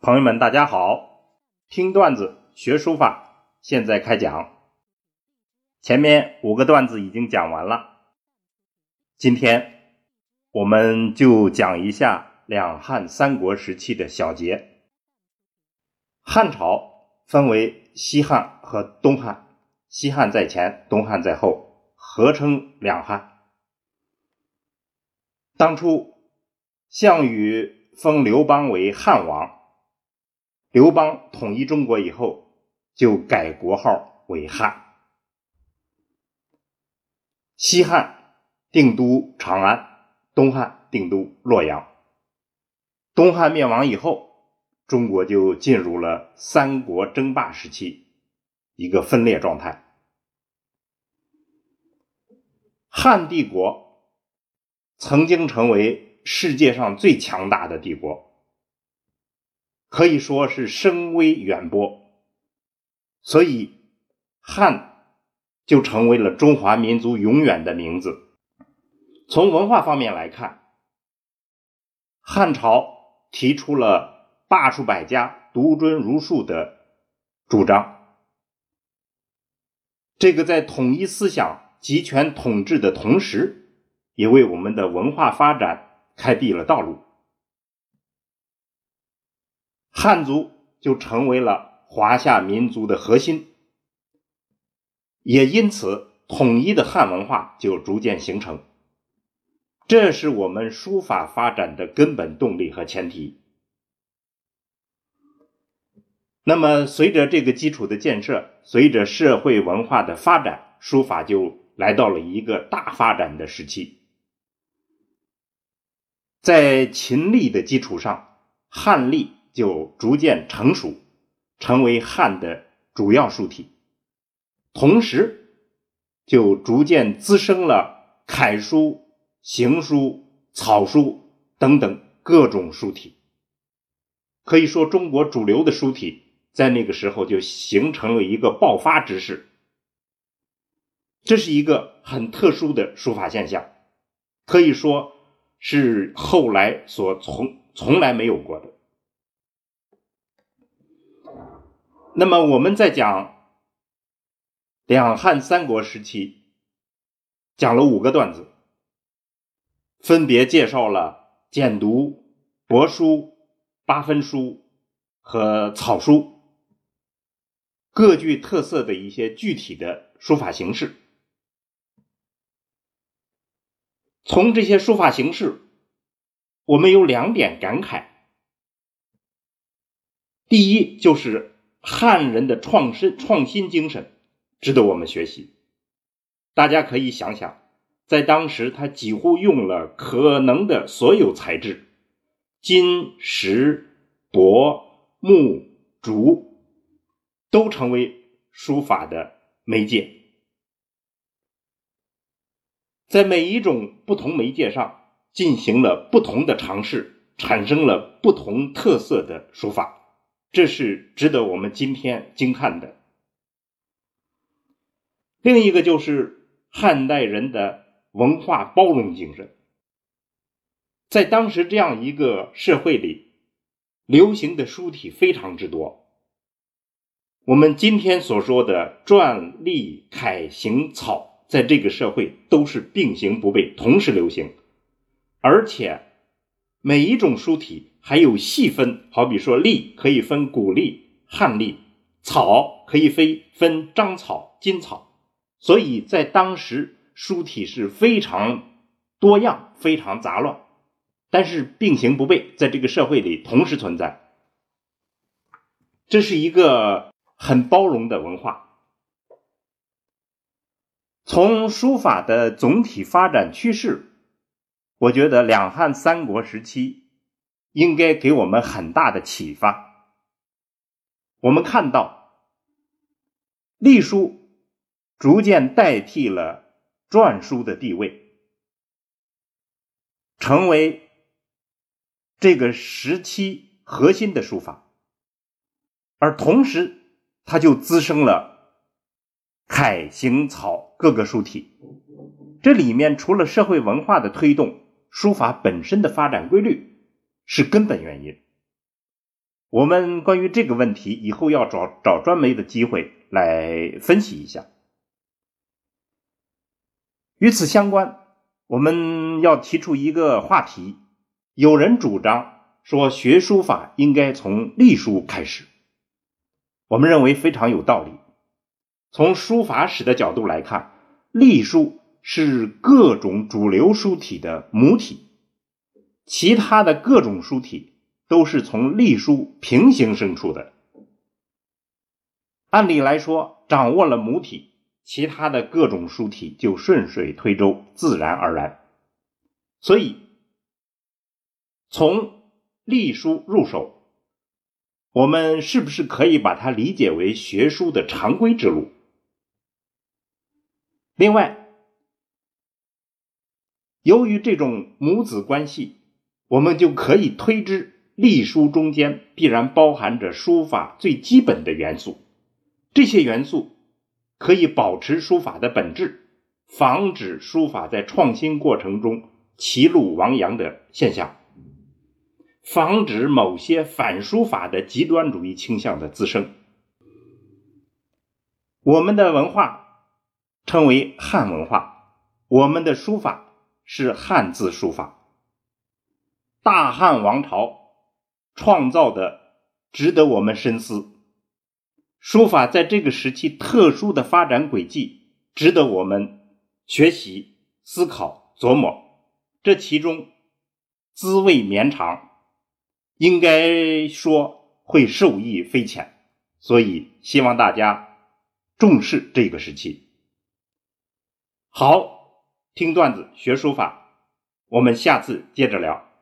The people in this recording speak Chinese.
朋友们大家好，听段子学书法，现在开讲。前面5个段子已经讲完了，今天我们就讲一下两汉三国时期的小节。汉朝分为西汉和东汉，西汉在前，东汉在后，合称两汉。当初项羽封刘邦为汉王，刘邦统一中国以后就改国号为汉。西汉定都长安，东汉定都洛阳。东汉灭亡以后，中国就进入了三国争霸时期，一个分裂状态。汉帝国曾经成为世界上最强大的帝国，可以说是声威远播，所以汉就成为了中华民族永远的名字。从文化方面来看，汉朝提出了罢黜百家，独尊儒术的主张，这个在统一思想、集权统治的同时，也为我们的文化发展开辟了道路。汉族就成为了华夏民族的核心，也因此统一的汉文化就逐渐形成，这是我们书法发展的根本动力和前提。那么随着这个基础的建设，随着社会文化的发展，书法就来到了一个大发展的时期。在秦隶的基础上，汉隶就逐渐成熟，成为汉的主要书体，同时就逐渐滋生了楷书、行书、草书等等各种书体。可以说中国主流的书体在那个时候就形成了一个爆发之势，这是一个很特殊的书法现象，可以说是后来所从来没有过的。那么我们在讲两汉三国时期，讲了5个段子，分别介绍了简牍、帛书、八分书和草书，各具特色的一些具体的书法形式。从这些书法形式，我们有2点感慨。第一，就是汉人的创新精神值得我们学习。大家可以想想，在当时他几乎用了可能的所有材质，金、石、帛、木、竹都成为书法的媒介。在每一种不同媒介上进行了不同的尝试，产生了不同特色的书法，这是值得我们今天惊叹的。另一个就是汉代人的文化包容精神。在当时这样一个社会里，流行的书体非常之多。我们今天所说的篆、隶、楷、行、草，在这个社会都是并行不悖，同时流行，而且每一种书体还有细分，好比说隶可以分古隶、汉隶，草可以分章草、今草，所以在当时书体是非常多样、非常杂乱，但是并行不悖，在这个社会里同时存在，这是一个很包容的文化。从书法的总体发展趋势，我觉得两汉三国时期应该给我们很大的启发。我们看到隶书逐渐代替了篆书的地位，成为这个时期核心的书法，而同时它就滋生了楷、行、草各个书体。这里面除了社会文化的推动，书法本身的发展规律是根本原因。 我们关于这个问题以后要找专门的机会来分析一下。与此相关，我们要提出一个话题，有人主张说学书法应该从隶书开始，我们认为非常有道理。从书法史的角度来看，隶书是各种主流书体的母体，其他的各种书体都是从隶书平行生出的。按理来说，掌握了母体，其他的各种书体就顺水推舟，自然而然。所以从隶书入手，我们是不是可以把它理解为学书的常规之路？另外，由于这种母子关系，我们就可以推知隶书中间必然包含着书法最基本的元素，这些元素可以保持书法的本质，防止书法在创新过程中歧路亡羊的现象，防止某些反书法的极端主义倾向的滋生。我们的文化称为汉文化，我们的书法是汉字书法。大汉王朝创造的值得我们深思，书法在这个时期特殊的发展轨迹值得我们学习、思考、琢磨，这其中滋味绵长，应该说会受益匪浅，所以希望大家重视这个时期。好，听段子学书法，我们下次接着聊。